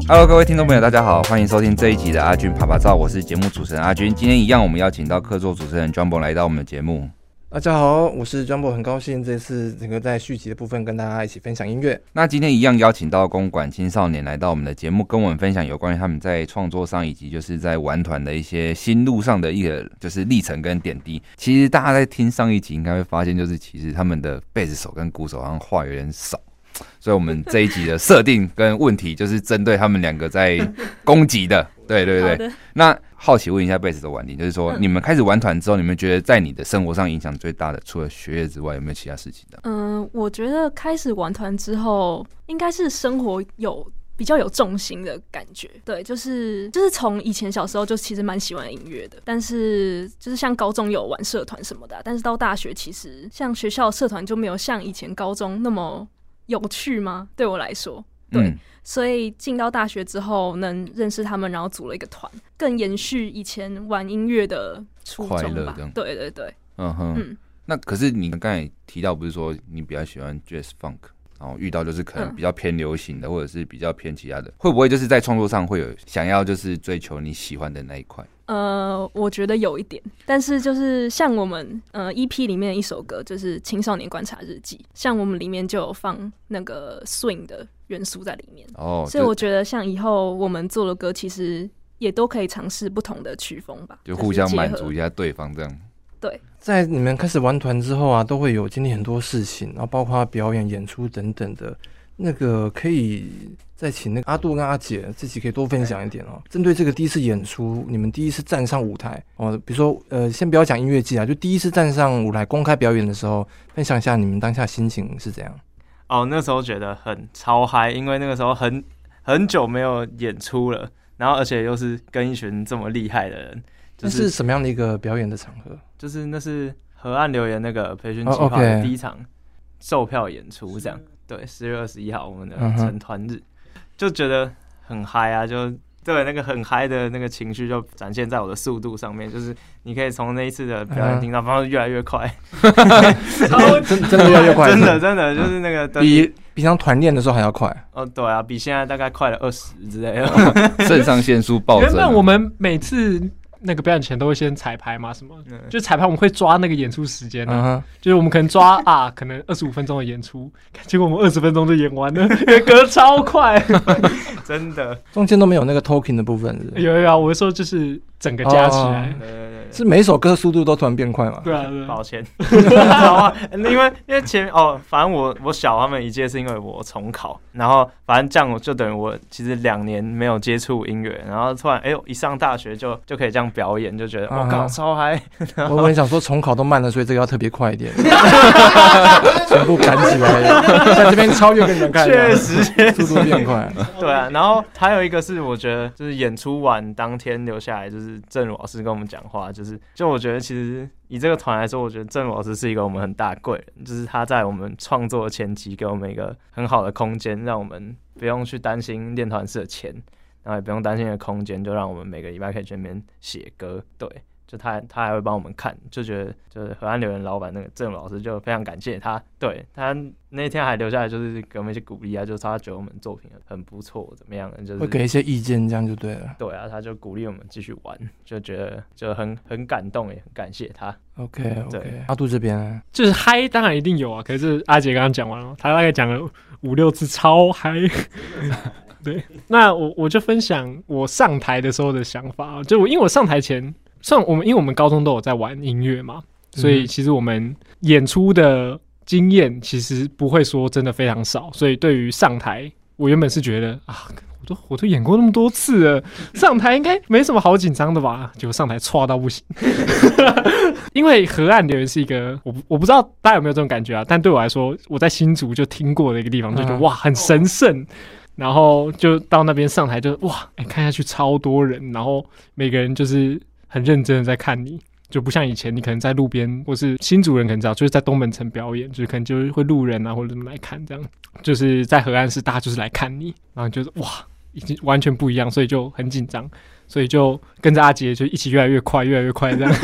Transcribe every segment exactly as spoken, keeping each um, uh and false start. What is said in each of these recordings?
Hello， 各位听众朋友，大家好，欢迎收听这一集的阿军啪啪照，我是节目主持人阿军。今天一样，我们邀请到客座主持人 Jumbo 来到我们的节目。 大家好，我是 Jumbo， 很高兴这次整个在续集的部分跟大家一起分享音乐。 那今天一样邀请到公馆青少年来到我们的节目，跟我们分享有关于他们在创作上以及就是在玩团的一些心路上的一个就是历程跟点滴。其实大家在听上一集应该会发现，就是其实他们的贝斯手跟鼓手好像话有点少。所以我们这一集的设定跟问题就是针对他们两个在攻击的，对对对。那好奇问一下贝斯的婉玲，就是说、嗯、你们开始玩团之后，你们觉得在你的生活上影响最大的，除了学业之外，有没有其他事情的？ 嗯、呃，我觉得开始玩团之后，应该是生活有比较有重心的感觉。对，就是就是从以前小时候就其实蛮喜欢音乐的，但是就是像高中有玩社团什么的、啊，但是到大学其实像学校社团就没有像以前高中那么有趣吗？对我来说，对，嗯、所以进到大学之后能认识他们，然后组了一个团，更延续以前玩音乐的初衷吧。对对对， 嗯哼，嗯。那可是你刚才提到，不是说你比较喜欢 Jazz Funk， 然后遇到就是可能比较偏流行的，嗯、或者是比较偏其他的，会不会就是在创作上会有想要就是追求你喜欢的那一块？ 呃，我觉得有一点，但是就是像我们呃 E P 里面的一首歌，就是《青少年观察日记》，像我们里面就有放那个 swing 的元素在里面，哦，所以我觉得像以后我们做的歌，其实也都可以尝试不同的曲风吧， 就互相满足一下对方这样。 对， 在你们开始玩团之后啊，都会有经历很多事情，然后包括表演、演出等等的。那个可以再请那个阿杜跟阿姐自己可以多分享一点哦。针对这个第一次演出，你们第一次站上舞台哦，比如说呃，先不要讲音乐季啊，就第一次站上舞台公开表演的时候，分享一下你们当下心情是怎样？ 哦，那时候觉得很超嗨，因为那个时候很很久没有演出了，然后而且又是跟一群这么厉害的人。就是、 那是什么样的一个表演的场合？ 就是那是河岸留言那个培训计划的第一场售票演出，这样。对，十月二十一号我们的成团日，嗯、就觉得很嗨啊！就对那个很嗨的那个情绪，就展现在我的速度上面。就是你可以从那一次的表演听到，然后越来越快， 真真的越来越快， 真的真的就是那个比平常团练的时候还要快。 哦，对啊，比现在大概快了二十之类的， 肾上腺素暴增。 原本我们每次那个表演前都会先彩排嘛，什么？嗯、就彩排我们会抓那个演出时间啊，嗯、就是我们可能抓啊，可能二十五分钟的演出，结果我们二十分钟就演完了，因为歌超快， 真的， 中间都没有那个 talking 的部分是不是？ 有有有，我说就是整个加起来， 对对对， 是每一首歌速度都突然变快嘛？ 对啊，对啊， 抱歉，因为因为前哦，反正我我小他们一届是因为我重考，然后反正这样就等于我其实两年没有接触音乐，然后突然哎呦一上大学就就可以这样表演，就觉得我靠、哦、超嗨！ 我很想说重考都慢了，所以这个要特别快一点，全部赶起来，在这边超越给你们看， 确实速度变快。 对啊，然后还有一个是我觉得就是演出完当天留下来，就是郑如老师跟我们讲话，就是就我觉得其实以这个团来说，我觉得郑如老师是一个我们很大的贵人，就是他在我们创作的前期给我们一个很好的空间，让我们不用去担心练团室的钱。然后也不用担心的空间，就让我们每个礼拜可以去那边写歌。对，就他他还会帮我们看，就觉得就是河岸留言老板那个郑老师就非常感谢他。对，他那天还留下来，就是给我们一些鼓励啊，就是他觉得我们作品很不错，怎么样的，就是会给一些意见，这样就对了。 对啊，他就鼓励我们继续玩，就觉得就很很感动，也很感谢他。 OK OK， 阿杜这边呢， 就是嗨，当然一定有啊。可是阿杰刚刚讲完了，他大概讲了五六次超嗨。对，那我我就分享我上台的时候的想法，就我因为我上台前，上我们因为我们高中都有在玩音乐嘛，所以其实我们演出的经验其实不会说真的非常少，所以对于上台，我原本是觉得啊，我都我都演过那么多次了，上台应该没什么好紧张的吧？结果上台挫到不行，因为河岸留言是一个我我不知道大家有没有这种感觉啊，但对我来说，我在新竹就听过的一个地方，就觉得哇很神圣。然后就到那边上台就哇、欸，看下去超多人，然后每个人就是很认真的在看你，就不像以前你可能在路边或是新竹人可能知道，就是在东门城表演，就是可能就是会路人啊或者什么来看这样，就是在河岸市大家就是来看你，然后就是哇，已经完全不一样，所以就很紧张，所以就跟着阿杰就一起越来越快，越来越快这样。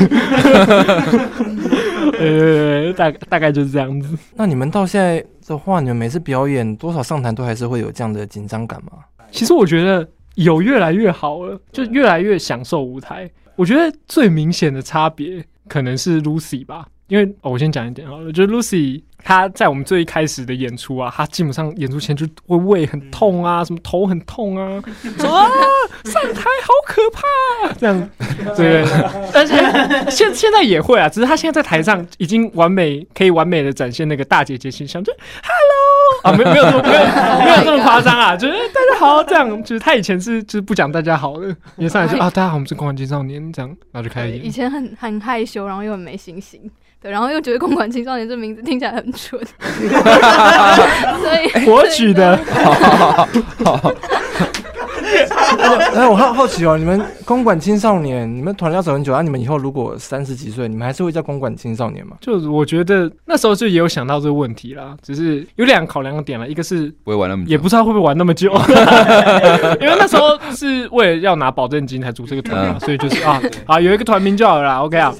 呃，大大概就是这样子。 那你们到现在的话，你们每次表演多少上台都还是会有这样的紧张感吗？ 其实我觉得有越来越好了，就越来越享受舞台。我觉得最明显的差别可能是 Lucy 吧，因为、哦、我先讲一点好了，就是 Lucy 她在我们最一开始的演出啊，她基本上演出前就会胃很痛啊，什么头很痛啊，说啊上台好可怕、啊，这样，对，但是现现在也会啊，只是她现在在台上已经完美，可以完美的展现那个大姐姐形象，就 Hello 啊，没有没有这么没有没有这么夸张啊，就是大家好这样，就是她以前是就是不讲大家好的，一上来就啊大家好，我们是公馆青少年这样，然后就开始演。 以前很很害羞，然后又很没信心。对，然后又觉得公馆青少年这名字听起来很蠢，所以我取的。 哎，我好好奇哦，你们公馆青少年，你们团要走很久啊？你们以后如果三十几岁，你们还是会叫公馆青少年吗？ 就我觉得那时候就也有想到这个问题啦，只是有两个考量的点啦，一个是不会玩那么久， 也不知道会不会玩那么久，因为那时候是为了要拿保证金才组这个团嘛， 嗯、 所以就是啊啊有一个团名就好了啦 ，OK 啊。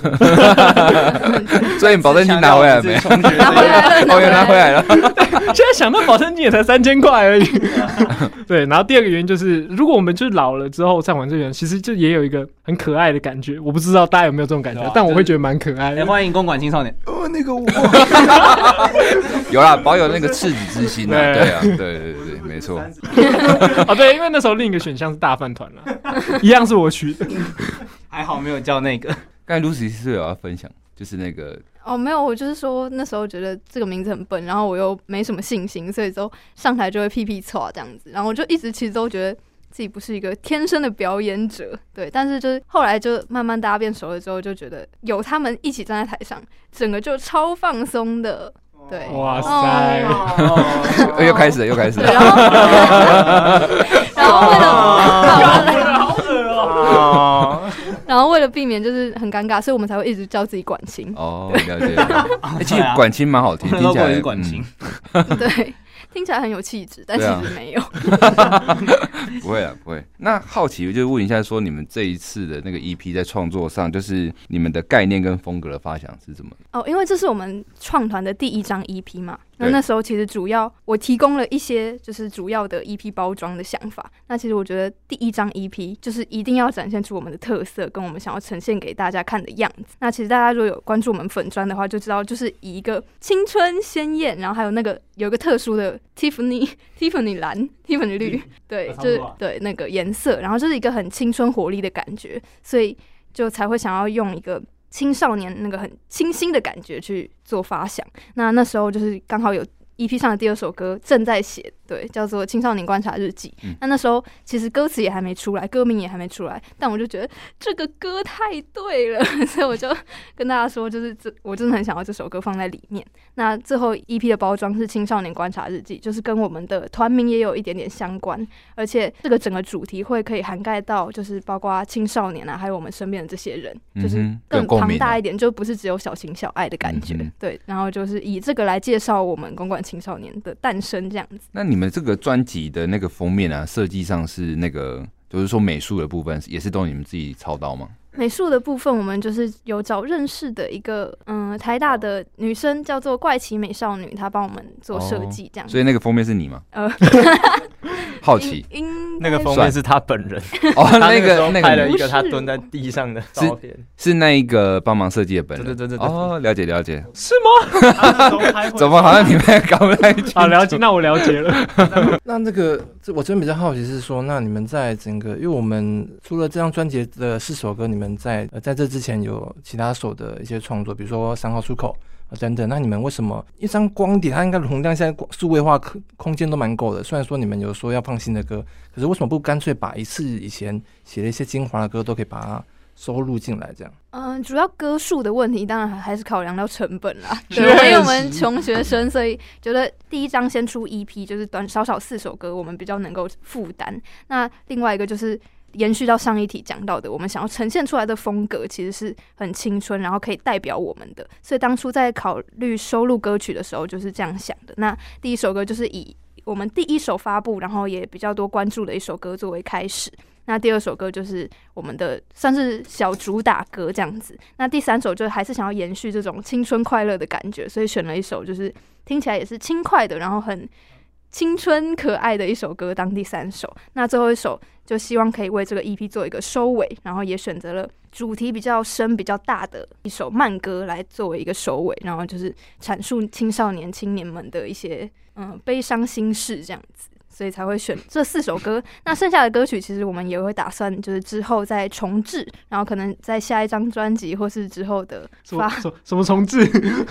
所以你保证金拿回来了没？ 拿回来了， 哦，又拿回来了。 现在想到保证金也才三千块而已。对，然后第二个原因就是，如果我们就老了之后再玩这个，其实就也有一个很可爱的感觉。我不知道大家有没有这种感觉，啊、但我会觉得蛮可爱的。 欸、欢迎公馆青少年。 哦，那个我有啦，保有那个赤子之心啊。对啊，对对对对，没错。 哦，对，因为那时候另一个选项是大饭团啦，一样是我取的。 还好没有叫那个。 刚才 Lucy 是有要分享，就是那个。 哦，没有，我就是说那时候觉得这个名字很笨，然后我又没什么信心，所以之后上台就会屁屁错这样子，然后我就一直其实都觉得自己不是一个天生的表演者，对，但是就是后来就慢慢大家变熟了之后，就觉得有他们一起站在台上，整个就超放松的。对， 哇塞， 哦、又开始了，又开始了。 然后，然后为了， 好恶哦。 然后为了避免就是很尴尬，所以我们才会一直叫自己管青。 哦，了解。哎、欸，其实管青蛮好听，听起来管青。 嗯、对。听起来很有气质，但其实没有。 啊、不会啊，不会。那好奇就问一下，说你们这一次的那个 E P 在创作上，就是你们的概念跟风格的发想是怎么？ 哦，因为这是我们创团的第一张 E P 嘛。那那时候其实主要我提供了一些就是主要的 E P 包装的想法。那其实我觉得第一张 E P 就是一定要展现出我们的特色，跟我们想要呈现给大家看的样子。那其实大家如果有关注我们粉专的话，就知道就是以一个青春鲜艳，然后还有那个有一个特殊的 Tiffany Tiffany 蓝 Tiffany 绿，对，就是对那个颜色，然后就是一个很青春活力的感觉，所以就才会想要用一个青少年那个很清新的感觉去做发想。那那时候就是刚好有 E P 上的第二首歌正在写，对，叫做《青少年观察日记》。嗯、那那时候其实歌词也还没出来，歌名也还没出来，但我就觉得这个歌太对了，所以我就跟大家说，就是这我真的很想要这首歌放在里面。那最后 E P 的包装是《青少年观察日记》，就是跟我们的团名也有一点点相关，而且这个整个主题会可以涵盖到，就是包括青少年啊，还有我们身边的这些人， 嗯、 就是更庞大一点，就不是只有小情小爱的感觉。嗯、对，然后就是以这个来介绍我们公馆青少年的诞生这样子。 那你们这个专辑的那个封面啊，设计上是那个，就是说美术的部分也是都你们自己操刀吗？ 美术的部分，我们就是有找认识的一个嗯台大的女生，叫做怪奇美少女，她帮我们做设计，这样、 哦。所以那个封面是你吗？ 呃， 好奇， 那个封面是他本人哦，那个那个拍了一个他蹲在地上的照片， 是, 是那一个帮忙设计的本人。 对对对对， 哦，了解了解， 是吗？ 怎么好像你们搞不太清楚？ 好，了解，那我了解了。 那那个，我真比较好奇是说，那你们在整个，因为我们除了这张专辑的四首歌，你们在呃在这之前有其他首的一些创作，比如说三号出口啊等等。那你们为什么一张光碟，它应该容量现在数位化空间都蛮够的？虽然说你们有说要放新的歌，可是为什么不干脆把一次以前写的一些精华的歌都可以把它收录进来？这样？ 嗯，主要歌数的问题，当然还是考量到成本啦。对，因为我们穷学生，所以觉得第一张先出 E P， 就是短少少四首歌，我们比较能够负担。那另外一个就是延续到上一题讲到的，我们想要呈现出来的风格其实是很青春，然后可以代表我们的。所以当初在考虑收录歌曲的时候，就是这样想的。那第一首歌就是以我们第一首发布，然后也比较多关注的一首歌作为开始。那第二首歌就是我们的算是小主打歌这样子。那第三首就还是想要延续这种青春快乐的感觉，所以选了一首就是听起来也是轻快的，然后很青春可爱的一首歌当第三首。那最后一首就希望可以为这个 E P 做一个收尾，然后也选择了主题比较深比较大的一首慢歌来作为一个收尾，然后就是阐述青少年青年们的一些嗯悲伤心事这样子，所以才会选这四首歌。那剩下的歌曲其实我们也会打算就是之后再重制，然后可能在下一张专辑或是之后的发什么什么重制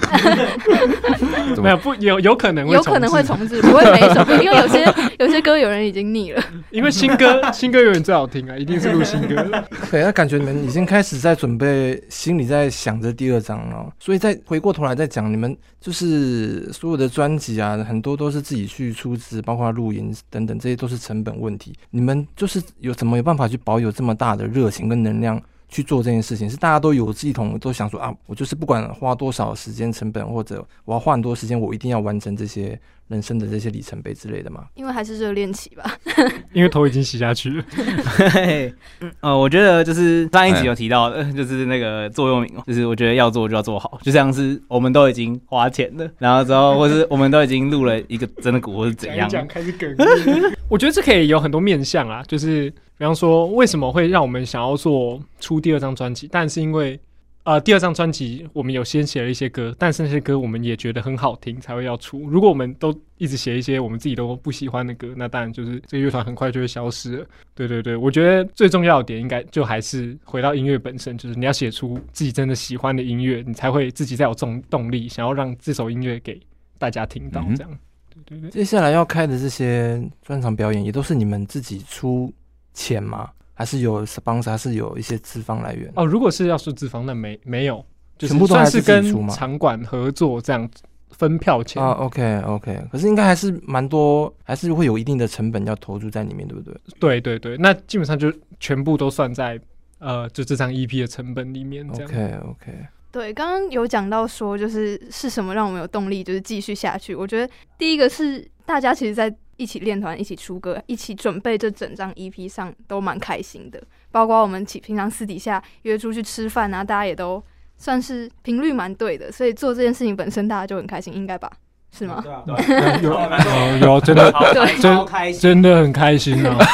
没有不有有可能会有可能会重制，不会每一首歌，因为有些有些歌有人已经腻了。 因为新歌新歌永远最好听啊，一定是录新歌。 对，那感觉你们已经开始在准备，心里在想着第二张了，所以再回过头来再讲，你们就是所有的专辑啊，很多都是自己去出资，包括录音等等，这些都是成本问题。你们就是有怎么有办法去保有这么大的热情跟能量去做这件事情？是大家都有志一同，都想说啊，我就是不管花多少时间成本，或者我要花很多时间，我一定要完成这些人生的这些里程碑之类的吗？ 因为还是热恋期吧。 因为头已经洗下去了。 呃，我觉得就是上一集有提到的，就是那个座右铭，就是我觉得要做就要做好，就像是我们都已经花钱了，然后之后或是我们都已经录了一个真的鼓或是怎样， 讲开始梗。我觉得这可以有很多面向啊，就是比方说为什么会让我们想要做出第二张专辑，但是因为呃，第二张专辑我们有先写了一些歌，但是那些歌我们也觉得很好听才会要出。如果我们都一直写一些我们自己都不喜欢的歌，那当然就是这个乐团很快就会消失了。对对对，我觉得最重要的点应该就还是回到音乐本身，就是你要写出自己真的喜欢的音乐，你才会自己再有动动力，想要让这首音乐给大家听到。这样，嗯、对对对。 接下来要开的这些专场表演，也都是你们自己出钱吗？还是有 sponsor， 还是有一些资方来源？ 哦，如果是要说资方，那没没有，就是全部都还是自己出吗？ 算是跟场馆合作这样分票钱啊。OK OK， 可是应该还是蛮多，还是会有一定的成本要投注在里面，对不对？ 对对对，那基本上就全部都算在呃，就这张 E P 的成本里面。这样 OK OK。 对，刚刚有讲到说，就是是什么让我们有动力，就是继续下去。我觉得第一个是大家其实在一起练团、一起出歌、一起准备这整张 E P 上都蛮开心的，包括我们平常私底下约出去吃饭啊，大家也都算是频率蛮对的，所以做这件事情本身大家就很开心，应该吧？是吗？ 对啊，对啊， 有有有，真的对， 真开心，真的很开心啊！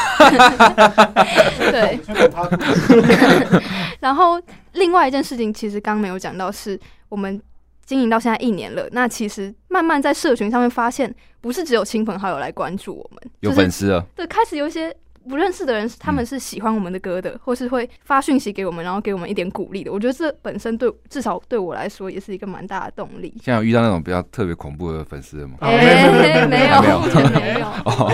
对。然后另外一件事情，其实刚刚没有讲到，是我们经营到现在一年了，那其实慢慢在社群上面发现，不是只有亲朋好友来关注我们， 有粉丝了， 对，开始有一些不认识的人，他们是喜欢我们的歌的，嗯、或是会发讯息给我们，然后给我们一点鼓励的。我觉得这本身对至少对我来说也是一个蛮大的动力。 现在有遇到那种比较特别恐怖的粉丝吗？ 哎、欸，没有， 没有， 目前没有。 哦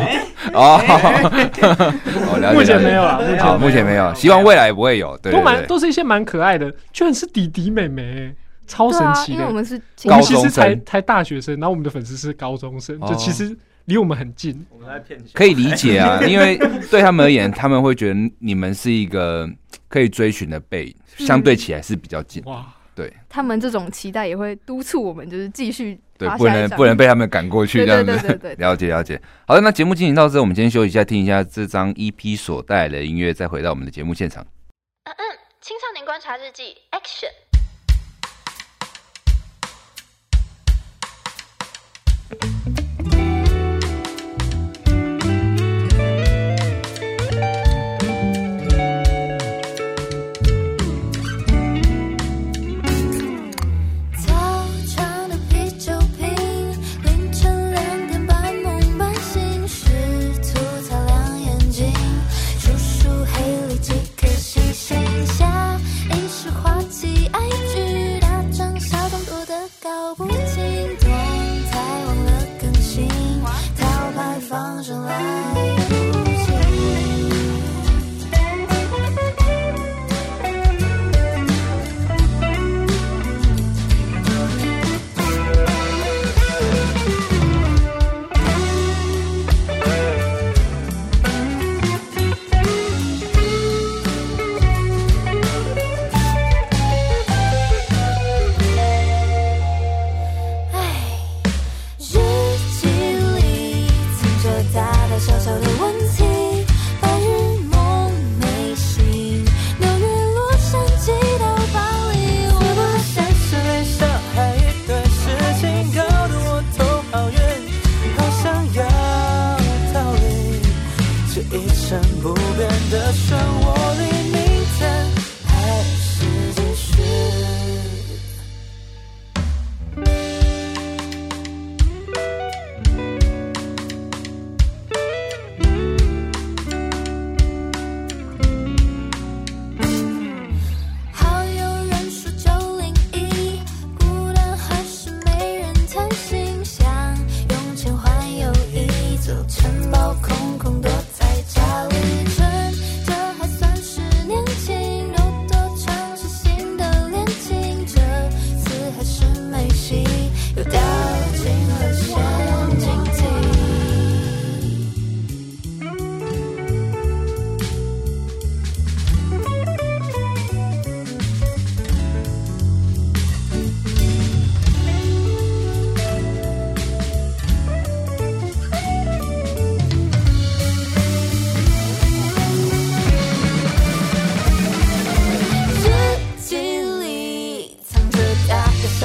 哦， 目前没有啊，目前目前没有，希望未来不会有。对， 都蛮都是一些蛮可爱的，居然是弟弟妹妹。超神奇的， 啊、因为我们是我们其实才才大学生，然后我们的粉丝是高中生， 哦、 就其实离我们很近。 我们在骗钱， 可以理解啊，因为对他们而言，他们会觉得你们是一个可以追寻的辈，相对起来是比较近。哇、嗯，对， 他们这种期待也会督促我们，就是继续对，不能不能被他们赶过去这样子。 对对对 对, 对， 了解了解。好的，那节目进行到这，我们今天休息一下，听一下这张 E P 所带来的音乐，再回到我们的节目现场。 嗯嗯，青少年观察日记 Action。黑里几颗星星下，一时滑稽。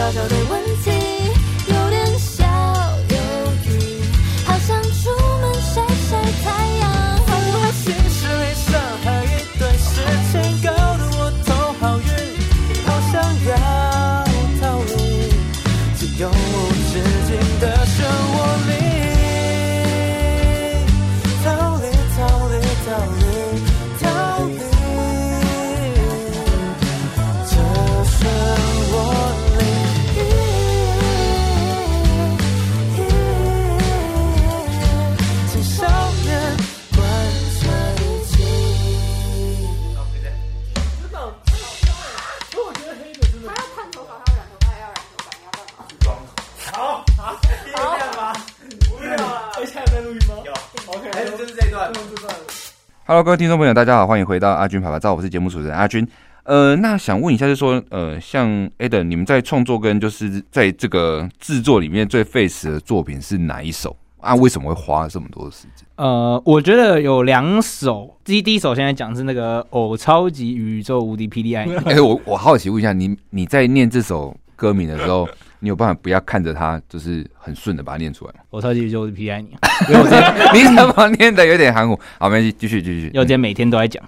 小小的问题，有点小犹豫，好想出门晒晒太阳。 我其实里上海一段时间，搞得我头好晕，好想要逃离这永无止境的漩涡里。逃离，逃离，逃离，逃离这漩涡里。青少年观察日记。 我觉得黑的真的。他要烫头发，他要染头发，也要染头发，你要干嘛？好，好，第二遍吧。不要了，现在在录音吗？有。OK， 哎，就是这一段。 Hello， 各位听众朋友，大家好，欢迎回到阿军啪啪照，我是节目主持人阿军。呃，那想问一下，就是说，呃，像 Adam， 你们在创作跟就是在这个制作里面最费时的作品是哪一首啊？为什么会花这么多的时间？ 呃，我觉得有两首，第一第一首现在讲是那个哦，超级宇宙无敌霹雳爱你。 哎、欸，我我好奇问一下，你你在念这首歌名的时候，你有办法不要看着它，就是很顺的把它念出来吗？ 我超级宇宙无敌霹雳爱你， 因为我你怎么念的有点含糊？好，没关系，继续继续。 因为我今天每天都在讲。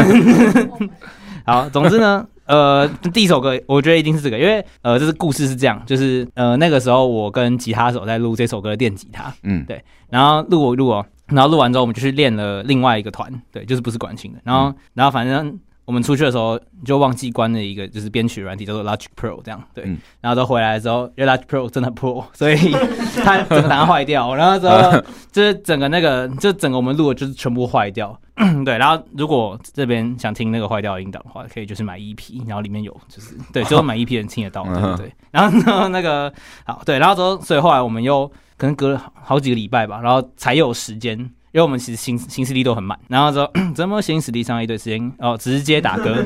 好，总之呢，呃，第一首歌我觉得一定是这个，因为呃，这是故事是这样，就是呃那个时候我跟吉他手在录这首歌的电吉他，嗯，对，然后录我录哦，然后录完之后我们就去练了另外一个团，对，就是不是管琴的，然后、嗯、然后反正我们出去的时候就忘记关了一个就是编曲软体叫做 Logic Pro 这样，对，嗯、然后都回来之后，因为 Logic Pro 真的 Pro， 所以它整个档案坏掉，然后之后就是整个那个就整个我们录的就是全部坏掉。对，然后如果这边想听那个坏掉的音档的话，可以就是买 E P， 然后里面有就是对，只有买 E P 的人听得到，对对对。然后呢，那个好对，然后之后，所以后来我们又可能隔了好几个礼拜吧，然后才有时间，因为我们其实行行事历都很满，然后之后怎么行事历上一堆时间哦，直接打歌，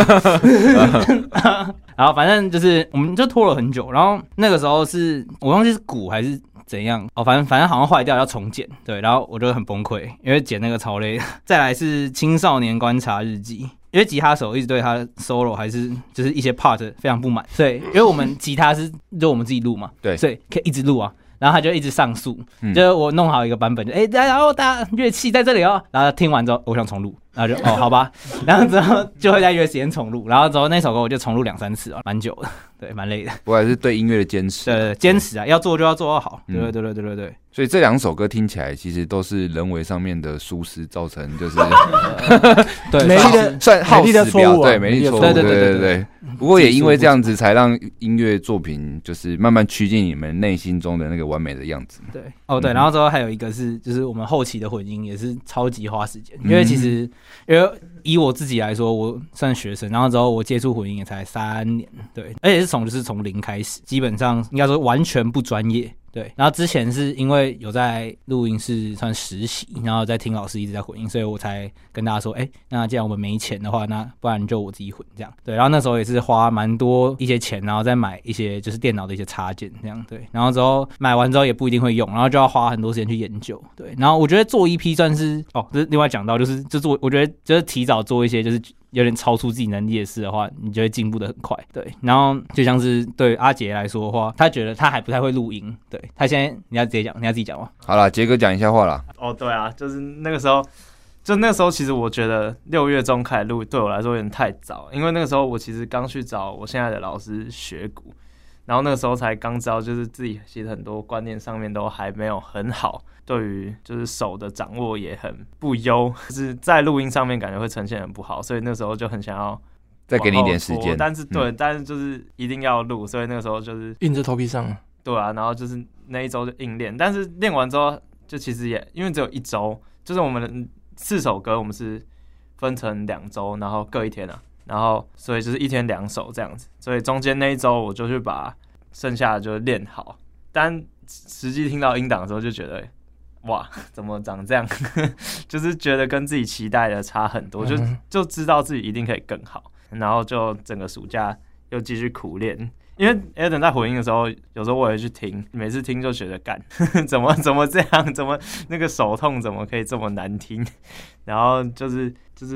然後反正就是我们就拖了很久，然后那个时候是我忘记是鼓还是。怎样哦，反正反正好像坏掉要重剪，对，然后我就很崩溃，因为剪那个超累。再来是青少年观察日记，因为吉他手一直对他的 solo 还是就是一些 part 非常不满，所以因为我们吉他是就我们自己录嘛，对，所以可以一直录啊。然后他就一直上诉，嗯、就是我弄好一个版本，就哎，然后大家乐器在这里哦，然后听完之后我想重录，然后就哦好吧，然后之后就会在约时间重录，然后之后那首歌我就重录两三次啊，蛮久的，对，蛮累的。 不过还是对音乐的坚持， 对对，坚持啊，要做就要做到好，对对对对对对对。 所以这两首歌听起来其实都是人为上面的疏失造成，就是对美丽的算耗时表， 啊、 对美丽错误，对对对对对。不过也因为这样子，才让音乐作品就是慢慢趋近你们内心中的那个完美的样子。 对，哦对，然后之后还有一个是，就是我们后期的混音也是超级花时间，因为其实因为以我自己来说，我算学生，然后之后我接触混音也才三年，对，而且是从就是从零开始，基本上应该说完全不专业。对，然后之前是因为有在录音室算实习，然后在听老师一直在混音，所以我才跟大家说，哎，那既然我们没钱的话，那不然就我自己混这样。对，然后那时候也是花蛮多一些钱，然后再买一些就是电脑的一些插件这样。对，然后之后买完之后也不一定会用，然后就要花很多时间去研究。对，然后我觉得做 E P 算是哦，这是另外讲到就是就做，我觉得就是提早做一些就是。有点超出自己能力的事的话，你就会进步的很快。对，然后就像是对阿杰来说的话，他觉得他还不太会录音。对，他现在你要直接讲，你要自己讲吗？ 好啦，杰哥讲一下话啦。 哦，对啊，就是那个时候，就那个时候，其实我觉得六月中开始录对我来说有点太早，因为那个时候我其实刚去找我现在的老师学鼓，然后那个时候才刚知道，就是自己其实很多观念上面都还没有很好。对于就是手的掌握也很不优，就是在录音上面感觉会呈现很不好，所以那时候就很想要再给你一点时间， 但是对、嗯，但是就是一定要录，所以那个时候就是硬着头皮上， 对啊，然后就是那一周就硬练，但是练完之后就其实也因为只有一周，就是我们的四首歌我们是分成两周，然后各一天啊，然后所以就是一天两首这样子，所以中间那一周我就去把剩下的就练好，但实际听到音档的时候就觉得。哇，怎么长这样？就是觉得跟自己期待的差很多，就就知道自己一定可以更好，然后就整个暑假又继续苦练。因为 Adam 在混音的时候，有时候我也去听，每次听就觉得干，怎么怎么这样，怎么那个手痛怎么可以这么难听？然后就是就是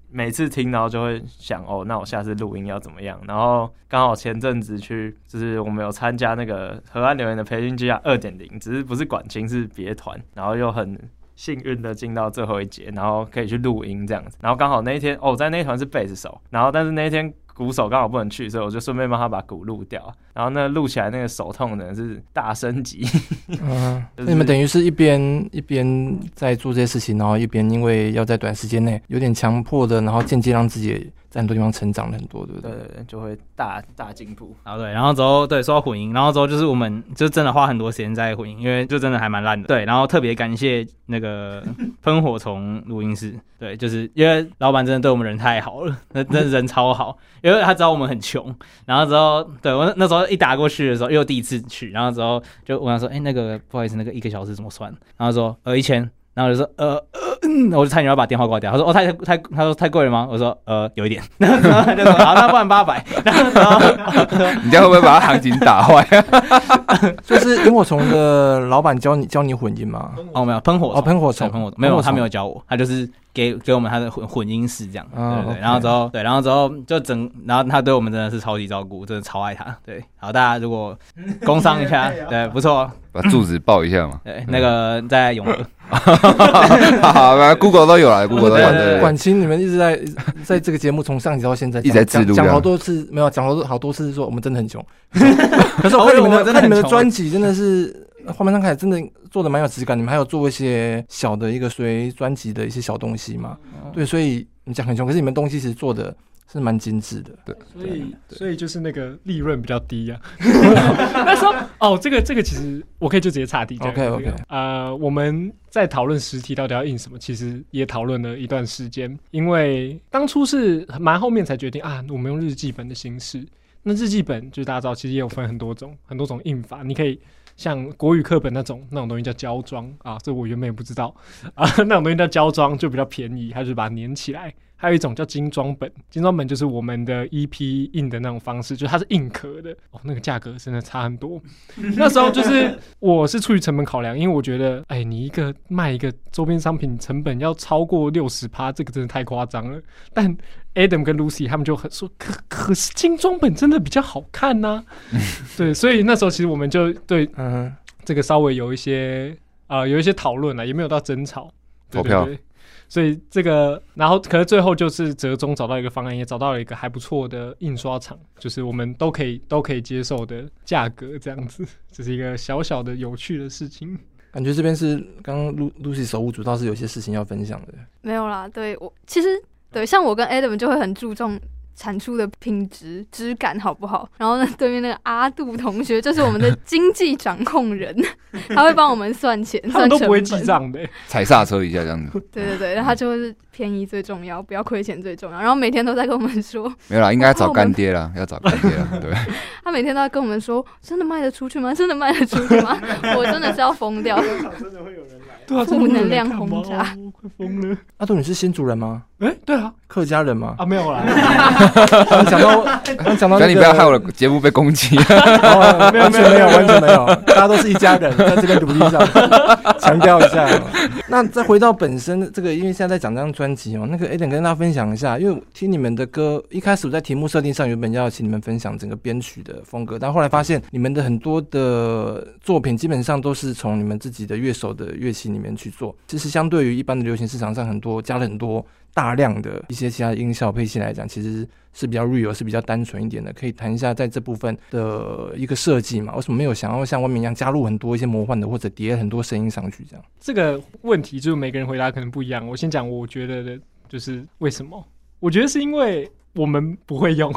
每次听，然后就会想哦，那我下次录音要怎么样？然后刚好前阵子去，就是我们有参加那个河岸留言的培训计划二点零，只是不是管清是别团，然后又很幸运的进到最后一节，然后可以去录音这样子。然后刚好那一天哦，在那一团是贝斯手，然后但是那一天鼓手刚好不能去，所以我就顺便帮他把鼓录掉。然后那录起来那个手痛呢是大升级。 嗯， 就是、 那你们等于是一边一边在做这些事情，然后一边因为要在短时间内有点强迫的，然后间接让自己在很多地方成长了很多，对不对？ 对对对，就会大大进步。 然后对，然后之后对说到混音，然后之后就是我们就真的花很多时间在混音，因为就真的还蛮烂的。对，然后特别感谢那个喷火虫录音室，对，就是因为老板真的对我们人太好了，那真的人超好，因为他知道我们很穷，然后之后对我那时候一打过去的时候，因为我第一次去，然后之后就问他说，哎、欸，那个不好意思，那个一个小时怎么算？然后说呃一千，然后我就说呃呃，嗯、我就差点要把电话挂掉。他说哦太太，他说太贵了吗？我说呃有一点，然后他就说好，那不然八百。然后然后你这样会不会把他行情打坏啊？ 就是萤火虫的老板教你教你混音吗？ 哦没有，喷火哦喷火虫喷火虫没有，他没有教我，他就是给给我们他的混混音室这样， 哦、 对对对。 okay. 然后之后对，然后之后就整，然后他对我们真的是超级照顾，真的超爱他。对，好，大家如果工商一下，对，不错， 把住址报一下嘛。 对，那个在永和。 好吧 ，Google 都有了 ，Google 都有。对， 管清，你们一直在在这个节目从上集到现在一直在自录， 讲好多次，没有讲好多好多次是说我们真的很穷。可是我看你们的看你们的专辑真的是画面上看真的做的蛮有质感，你们还有做一些小的一个随专辑的一些小东西嘛？对，所以你讲很穷，可是你们东西其实做的是蛮精致的。 对， 所以所以就是那个利润比较低啊。那时候哦，这个这个其实我可以就直接岔题讲。 OK OK， 呃，我们在讨论实体到底要印什么，其实也讨论了一段时间，因为当初是蛮后面才决定啊，我们用日记本的形式。那日记本就是大家知道，其实也有分很多种很多种印法，你可以。像国语课本那种那种东西叫胶装啊，这我原本也不知道啊，那种东西叫胶装就比较便宜，它就把它粘起来。还有一种叫精装本，精装本就是我们的 E P 印的那种方式，就是它是硬壳的哦，那个价格真的差很多。那时候就是我是出于成本考量，因为我觉得，哎，你一个卖一个周边商品成本要超过 百分之六十， 这个真的太夸张了。但 Adam 跟 Lucy 他们就很说，可可是精装本真的比较好看呐、啊。对，所以那时候其实我们就对嗯这个稍微有一些啊、呃、有一些讨论了，也没有到争吵， 投票。 对对对，所以这个，然后可是最后就是折中找到一个方案，也找到了一个还不错的印刷厂，就是我们都可以都可以接受的价格，这样子，这是一个小小的有趣的事情。 感觉这边是刚刚 Lucy 手舞足蹈，是有些事情要分享的。 没有啦，对我其实对像我跟 Adam 就会很注重产出的品质质感好不好，然后呢对面那个阿杜同学就是我们的经济掌控人，他会帮我们算钱， 他们都不会记账的， 踩刹车一下这样子。 对对对，然后他就会是便宜最重要，不要亏钱最重要，然后每天都在跟我们说， 没有啦，应该找干爹啦，要找干爹啦，对。 他每天都在跟我们说，真的卖得出去吗？真的卖得出去吗？我真的是要疯掉， 真的会有人来，对啊， 负能量轰炸， 快疯了。 阿杜，你是新竹人吗？ 哎、欸，对啊， 客家人吗？ 啊，没有啦。 讲到讲到、那個， 你不要害我的节目被攻击。 哦，完全没有，完全没有，大家都是一家人，在这个努力上强调一下。那再回到本身这个，因为现在在讲这张专辑哦，那个 Adam 跟大家分享一下，因为听你们的歌，一开始我在题目设定上原本要请你们分享整个编曲的风格，但后来发现你们的很多的作品基本上都是从你们自己的乐手的乐器里面去做，其实相对于一般的流行市场上很多加了很多大量的一些其他的音效配器来讲，其实是比较 real 是比较单纯一点的，可以谈一下在这部分的一个设计嘛？为什么没有想要像外面一样加入很多一些魔幻的或者叠很多声音上去这样？ 这个问题就是每个人回答可能不一样。我先讲我觉得的就是为什么？我觉得是因为我们不会用，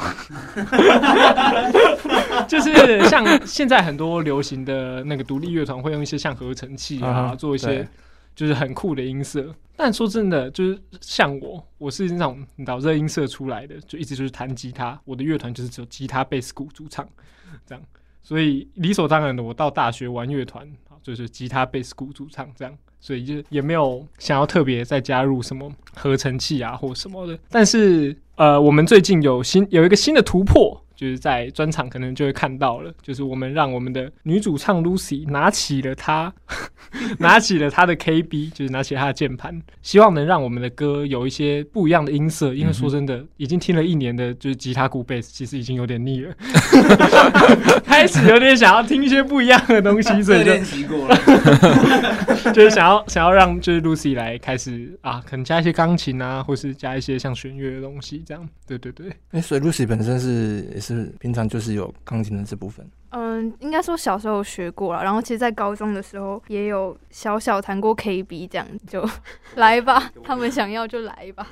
就是像现在很多流行的那个独立乐团会用一些像合成器啊， uh-huh, 做一些就是很酷的音色。但说真的，就是像我，我是那种你知道热音社出来的，就一直就是弹吉他。我的乐团就是只有吉他、贝斯、鼓、主唱这样，所以理所当然的，我到大学玩乐团就是吉他、贝斯、鼓、主唱这样。所以就也没有想要特别再加入什么合成器啊或什么的，但是呃，我们最近有新有一个新的突破， 就是在专场可能就会看到了，就是我们让我们的女主唱 Lucy 拿起了她拿起了她的 K B， 就是拿起了她的键盘，希望能让我们的歌有一些不一样的音色，因为说真的，已经听了一年的就是吉他鼓贝斯，其实已经有点腻了，开始有点想要听一些不一样的东西，所以就练习过了，就是想要想要让就是 Lucy 来开始啊，可能加一些钢琴啊，或是加一些像弦乐的东西，这样，对对对。 哎、欸，所以 Lucy 本身是也是平常就是有钢琴的这部分。 嗯，应该说小时候有学过了，然后其实，在高中的时候也有小小弹过 K B， 这样就来吧，他们想要就来吧。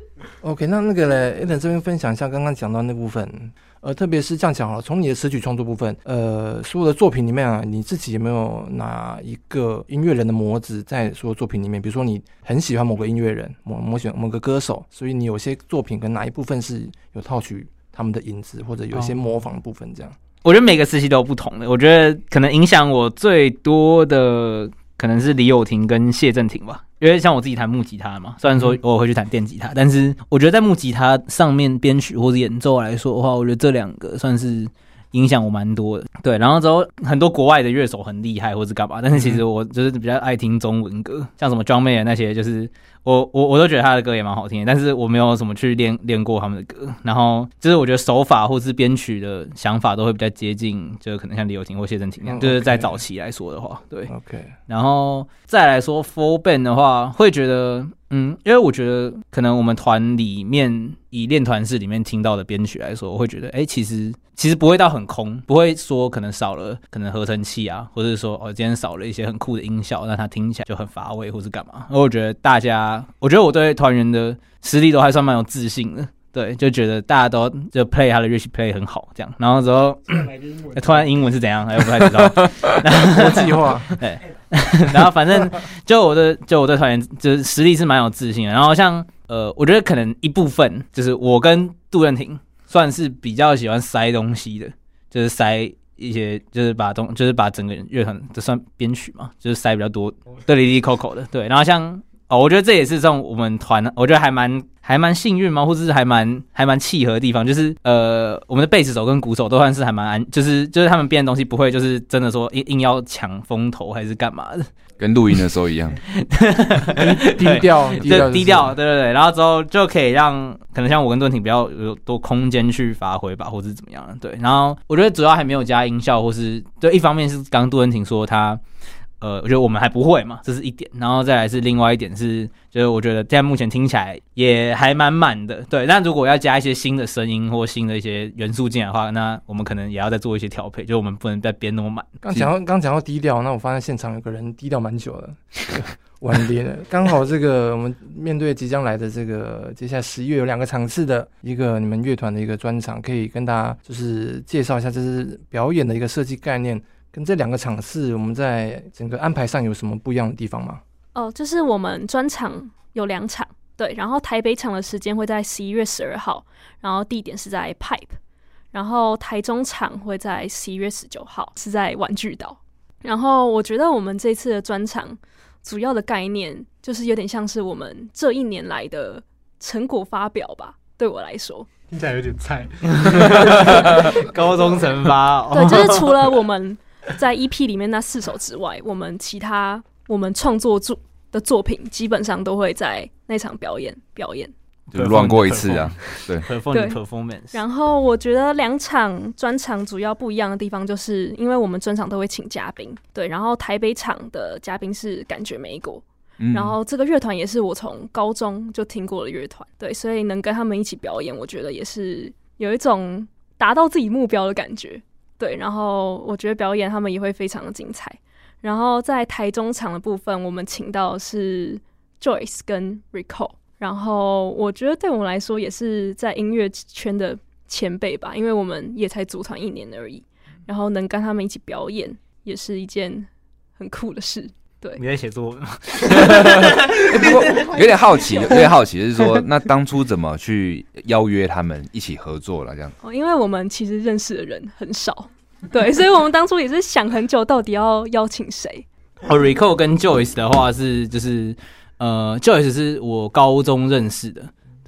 OK， 那那个嘞 ，Alan 这边分享一下刚刚讲到那部分，呃，特别是这样讲好了，从你的词曲创作部分，呃，所有的作品里面啊，你自己有没有哪一个音乐人的模子在所有作品里面？比如说你很喜欢某个音乐人，某某喜某个歌手，所以你有些作品跟哪一部分是有套取他们的影子，或者有一些模仿的部分这样。 我觉得每个时期都有不同的，我觉得可能影响我最多的可能是李友廷跟谢震廷吧，因为像我自己弹木吉他嘛，虽然说我会去弹电吉他，但是我觉得在木吉他上面编曲或者演奏来说的话，我觉得这两个算是影响我蛮多的。对，然后之后很多国外的乐手很厉害或是干嘛，但是其实我就是比较爱听中文歌，像什么 John Mayer 那些，就是我我我都觉得他的歌也蛮好听的，但是我没有什么去练练过他们的歌。然后就是我觉得手法或是编曲的想法都会比较接近，就是可能像李友廷或谢震廷，就是在早期来说的话，对。 OK。 然后再来说 full band 的话，会觉得。嗯，因为我觉得可能我们团里面以练团室里面听到的编曲来说，我会觉得，哎、欸，其实其实不会到很空，不会说可能少了可能合成器啊，或者是说哦今天少了一些很酷的音效，让它听起来就很乏味或是干嘛。而我觉得大家，我觉得我对团员的实力都还算蛮有自信的。对，就觉得大家都就 play 他的乐器 play 很好，这样，然后之后突然英文是怎样，哎，我不太知道， 国际化， 对，然后反正就我的就我对团员就是实力是蛮有自信的，然后像呃，我觉得可能一部分就是我跟杜任廷算是比较喜欢塞东西的，就是塞一些就是把东就是把整个乐团这算编曲嘛，就是塞比较多对哩哩扣扣的，对，然后像。哦，我觉得这也是这种我们团，我觉得还蛮还蛮幸运嘛，或者是还蛮还蛮契合的地方，就是呃，我们的贝斯手跟鼓手都算是还蛮安，就是就是他们编的东西不会就是真的说硬硬要抢风头还是干嘛的， 跟录音的时候一样， 低调， 低调，低调，对对对，然后之后就可以让可能像我跟顿廷比较有多空间去发挥吧，或是怎么样的，对，然后我觉得主要还没有加音效，或是对，一方面是刚刚杜恩廷说他。呃，我觉得我们还不会嘛，这是一点，然后再来是另外一点是，就是我觉得现在目前听起来也还蛮满的，对。但如果要加一些新的声音或新的一些元素进来的话，那我们可能也要再做一些调配，就我们不能再编那么满。 刚讲到刚讲到低调，那我发现现场有个人低调蛮久了，晚点了。刚好这个我们面对即将来的这个接下来十一月有两个场次的一个你们乐团的一个专场，可以跟大家就是介绍一下，这是表演的一个设计概念。跟这两个场次，我们在整个安排上有什么不一样的地方吗？ 哦，就是我们专场有两场，对，然后台北场的时间会在十一月十二号，然后地点是在 Pipe， 然后台中场会在十一月十九号，是在玩具岛。然后我觉得我们这次的专场主要的概念就是有点像是我们这一年来的成果发表吧，对我来说。 听起来有点菜， 高中成发、哦。 对，就是除了我们在 E P 里面那四首之外，我们其他我们创作的作品基本上都会在那场表演表演， 就乱过一次啊，对 ，performance。 然后我觉得两场专场主要不一样的地方，就是因为我们专场都会请嘉宾，对，然后台北场的嘉宾是感觉美国。然后这个乐团也是我从高中就听过的乐团，对，所以能跟他们一起表演，我觉得也是有一种达到自己目标的感觉，对。然后我觉得表演他们也会非常的精彩。然后在台中场的部分，我们请到的是 Joyce 跟 Rico， 然后我觉得对我们来说也是在音乐圈的前辈吧，因为我们也才组团一年而已，然后能跟他们一起表演也是一件很酷的事。对， 你在写作文吗？ 不过有点好奇，有点好奇，就是说，那当初怎么去邀约他们一起合作了？这样哦，因为我们其实认识的人很少，对，所以我们当初也是想很久，到底要邀请谁。 哦 ，Rico 跟 Joyce 的话是就是呃 ，Joyce 是我高中认识的。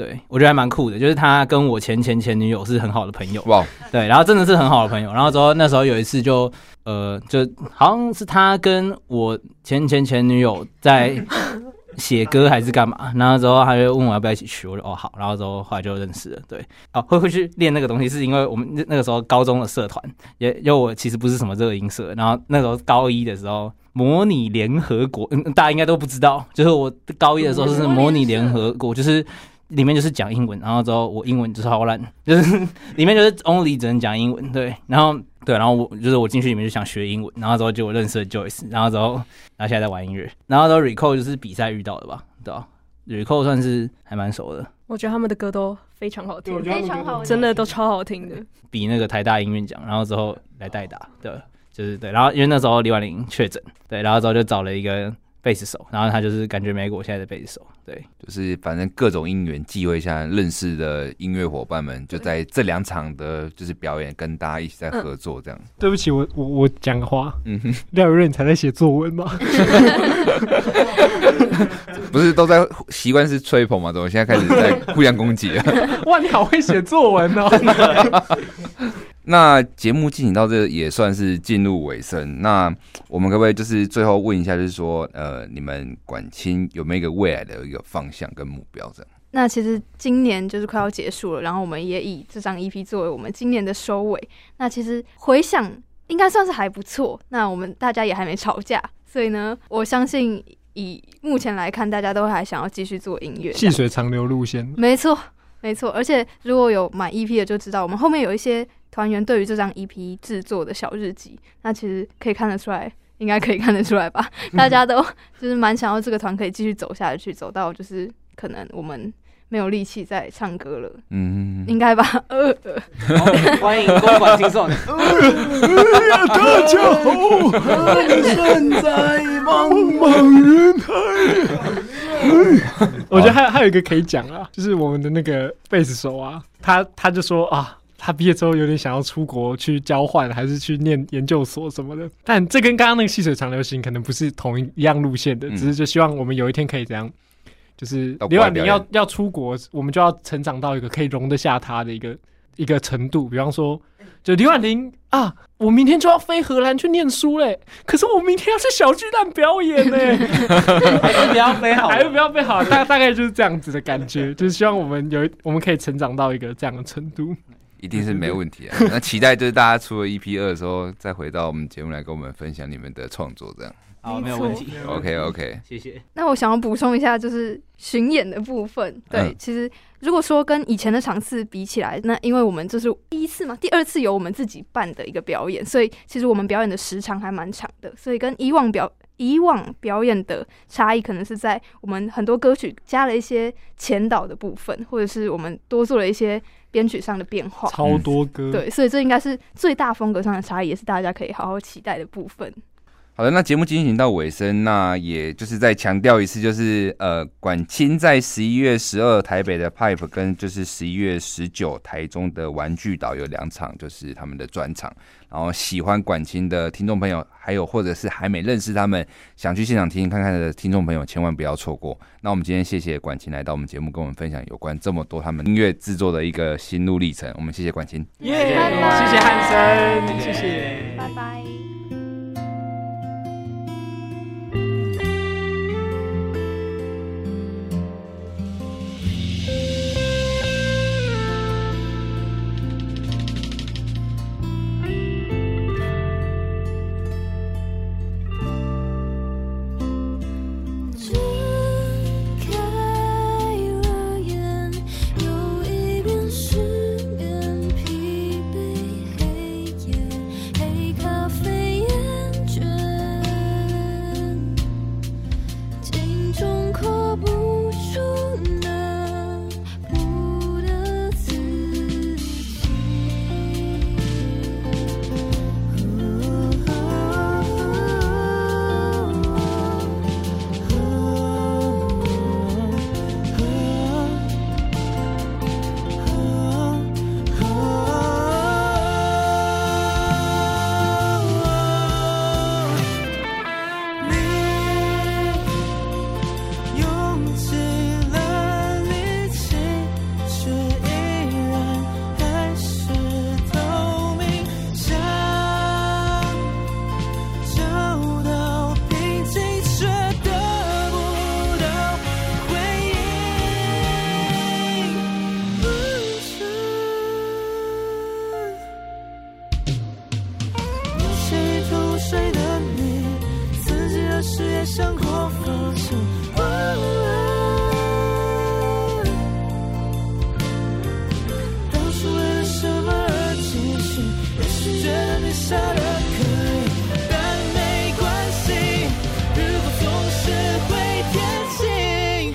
对我觉得还蛮酷的，就是他跟我前前前女友是很好的朋友， 哇， 对，然后真的是很好的朋友，然后之后那时候有一次就呃，就好像是他跟我前前前女友在写歌还是干嘛，然后之后他就问我要不要一起去，我就哦好，然后之后后来就认识了，对，哦会会去练那个东西，是因为我们那个时候高中的社团，也因为我其实不是什么热音社，然后那时候高一的时候。模拟联合国，嗯，大家应该都不知道，就是我高一的时候是模拟联合国，就是里面就是讲英文，然后之后我英文就是超烂，就是里面就是 only 只能讲英文，对，然后对，然后我就是我进去里面就想学英文，然后之后就我认识了 Joyce， 然后之后然后现在在玩音乐，然后之后 Rico 就是比赛遇到的吧，对吧？Rico 算是还蛮熟的， 我觉得他们的歌都非常好听， 非常好听， 真的都超好听的。 比那个台大音乐奖，然后之后来代打，对。就是对，然后因为那时候李婉玲确诊，对，然后之后就找了一个贝斯手，然后他就是感觉美国现在的贝斯手，对， 就是反正各种因缘际会下认识的音乐伙伴们，就在这两场的就是表演跟大家一起在合作这样。嗯、 对不起，我我我讲个话，嗯哼，廖宇任你才在写作文吗？ 不是都在习惯是吹捧吗？怎么现在开始在互相攻击了？ 哇，你好会写作文哦！ 那节目进行到这也算是进入尾声，那我们可不可以就是最后问一下，就是说，呃，你们管青有没有一个未来的一个方向跟目标这样？ 那其实今年就是快要结束了，然后我们也以这张 E P 作为我们今年的收尾。那其实回想应该算是还不错，那我们大家也还没吵架，所以呢，我相信以目前来看，大家都还想要继续做音乐， 细水长流路线。 没错。没错，而且如果有买 E P 的就知道，我们后面有一些团员对于这张 E P 制作的小日记，那其实可以看得出来，应该可以看得出来吧？大家都就是蛮想要这个团可以继续走下去，走到就是可能我们没有力气再唱歌了，嗯，应该吧？呃， 呃欢迎公馆青少年， 大家好，身在茫茫人海。 我觉得还还有一个可以讲啊，就是我们的那个贝斯手啊，他他就说啊，他毕业之后有点想要出国去交换，还是去念研究所什么的。但这跟刚刚那个细水长流型可能不是同一样路线的，嗯、只是就希望我们有一天可以怎样，就是刘婉玲要要出国，我们就要成长到一个可以容得下他的一个一个程度。比方说，就刘婉玲啊，我明天就要飞荷兰去念书嘞，可是我明天要去小巨蛋表演嘞， 还是不要飞好， 还是不要飞好，大大概就是这样子的感觉，就是希望我们有我们可以成长到一个这样的程度， 一定是没问题啊。那期待就是大家出了 E P 二的时候，再回到我们节目来跟我们分享你们的创作，这样。 好，没有问题。 OK OK， 谢谢。 那我想要补充一下，就是巡演的部分。对，嗯、其实如果说跟以前的场次比起来，那因为我们这是第一次嘛，第二次有我们自己办的一个表演，所以其实我们表演的时长还蛮长的。所以跟以往表以往表演的差异，可能是在我们很多歌曲加了一些前导的部分，或者是我们多做了一些编曲上的变化， 超多歌。 对，所以这应该是最大风格上的差异，也是大家可以好好期待的部分。 好的，那节目进行到尾声，那也就是再强调一次，就是呃，管青在十一月十二台北的 Pipe 跟就是十一月十九台中的玩具岛有两场，就是他们的专场。然后喜欢管青的听众朋友，还有或者是还没认识他们，想去现场听听看看的听众朋友，千万不要错过。那我们今天谢谢管青来到我们节目，跟我们分享有关这么多他们音乐制作的一个心路历程。我们谢谢管青， 耶、yeah, 谢谢汉森，谢谢， 拜拜。咖啡。 想过放弃。当初为了什么而继续？也许觉得你傻得可以，但没关系。如果总是会天晴。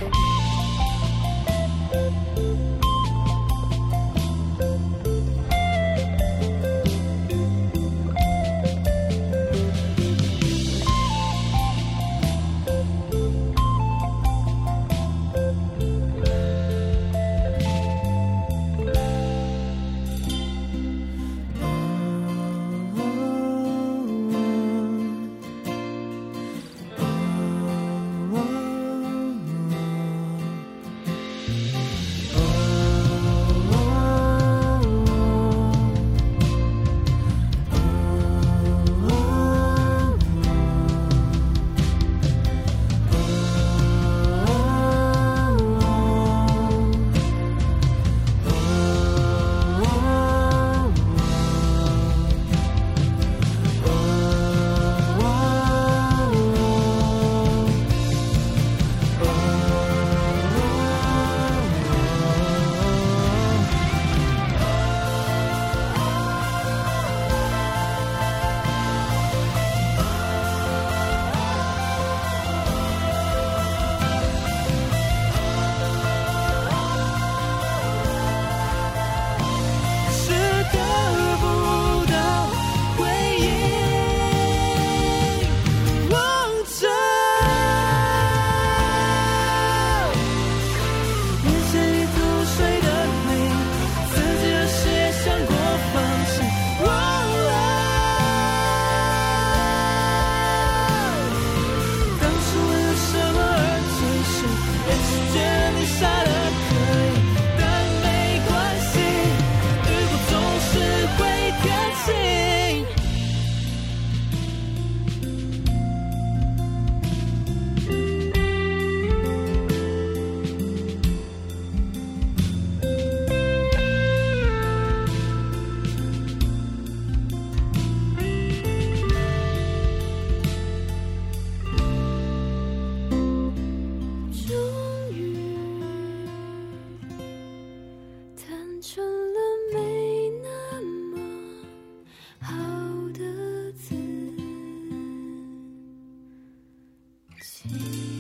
情。